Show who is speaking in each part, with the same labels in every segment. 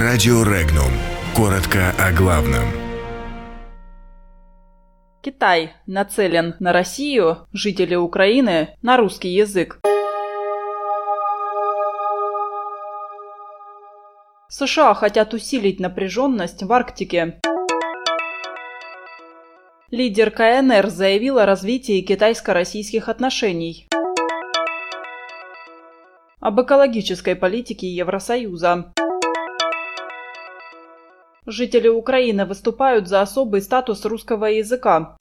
Speaker 1: Радио Регнум. Коротко о главном.
Speaker 2: Китай нацелен на Россию, жители Украины – на русский язык. США хотят усилить напряженность в Арктике. Лидер КНР заявил о развитии китайско-российских отношений. Об экологической политике Евросоюза. Жители Украины выступают за особый статус русского языка.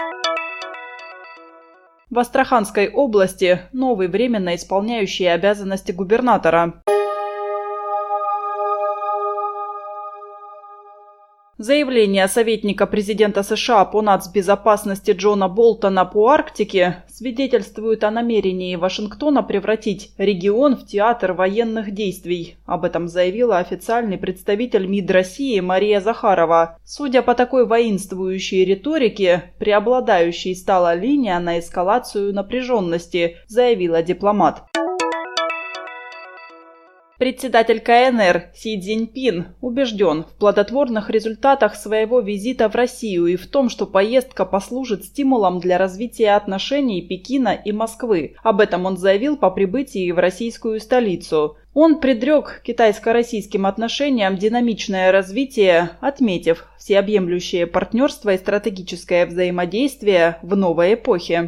Speaker 2: В Астраханской области новый временно исполняющий обязанности губернатора. Заявление советника президента США по нацбезопасности Джона Болтона по Арктике свидетельствует о намерении Вашингтона превратить регион в театр военных действий. Об этом заявила официальный представитель МИД России Мария Захарова. Судя по такой воинствующей риторике, преобладающей стала линия на эскалацию напряженности, заявила дипломат. Председатель КНР Си Цзиньпин убежден в плодотворных результатах своего визита в Россию и в том, что поездка послужит стимулом для развития отношений Пекина и Москвы. Об этом он заявил по прибытии в российскую столицу. Он предрек китайско-российским отношениям динамичное развитие, отметив всеобъемлющее партнерство и стратегическое взаимодействие в новой эпохе.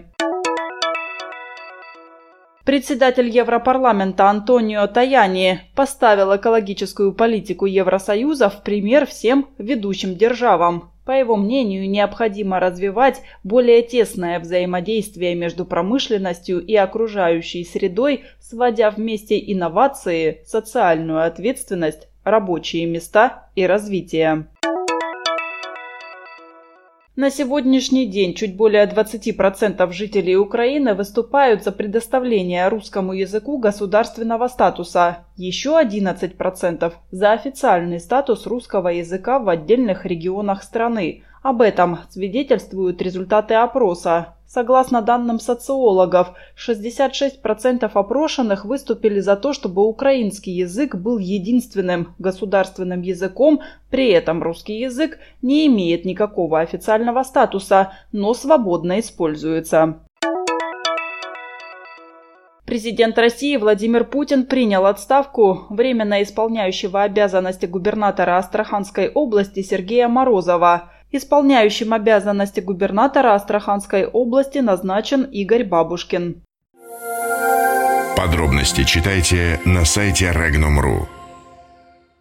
Speaker 2: Председатель Европарламента Антонио Таяни поставил экологическую политику Евросоюза в пример всем ведущим державам. По его мнению, необходимо развивать более тесное взаимодействие между промышленностью и окружающей средой, сводя вместе инновации, социальную ответственность, рабочие места и развитие. На сегодняшний день чуть более 20% жителей Украины выступают за предоставление русскому языку государственного статуса, еще 11% за официальный статус русского языка в отдельных регионах страны. Об этом свидетельствуют результаты опроса. Согласно данным социологов, 66% опрошенных выступили за то, чтобы украинский язык был единственным государственным языком, при этом русский язык не имеет никакого официального статуса, но свободно используется. Президент России Владимир Путин принял отставку временно исполняющего обязанности губернатора Астраханской области Сергея Морозова. Исполняющим обязанности губернатора Астраханской области назначен Игорь Бабушкин.
Speaker 1: Подробности читайте на сайте Regnum.ru.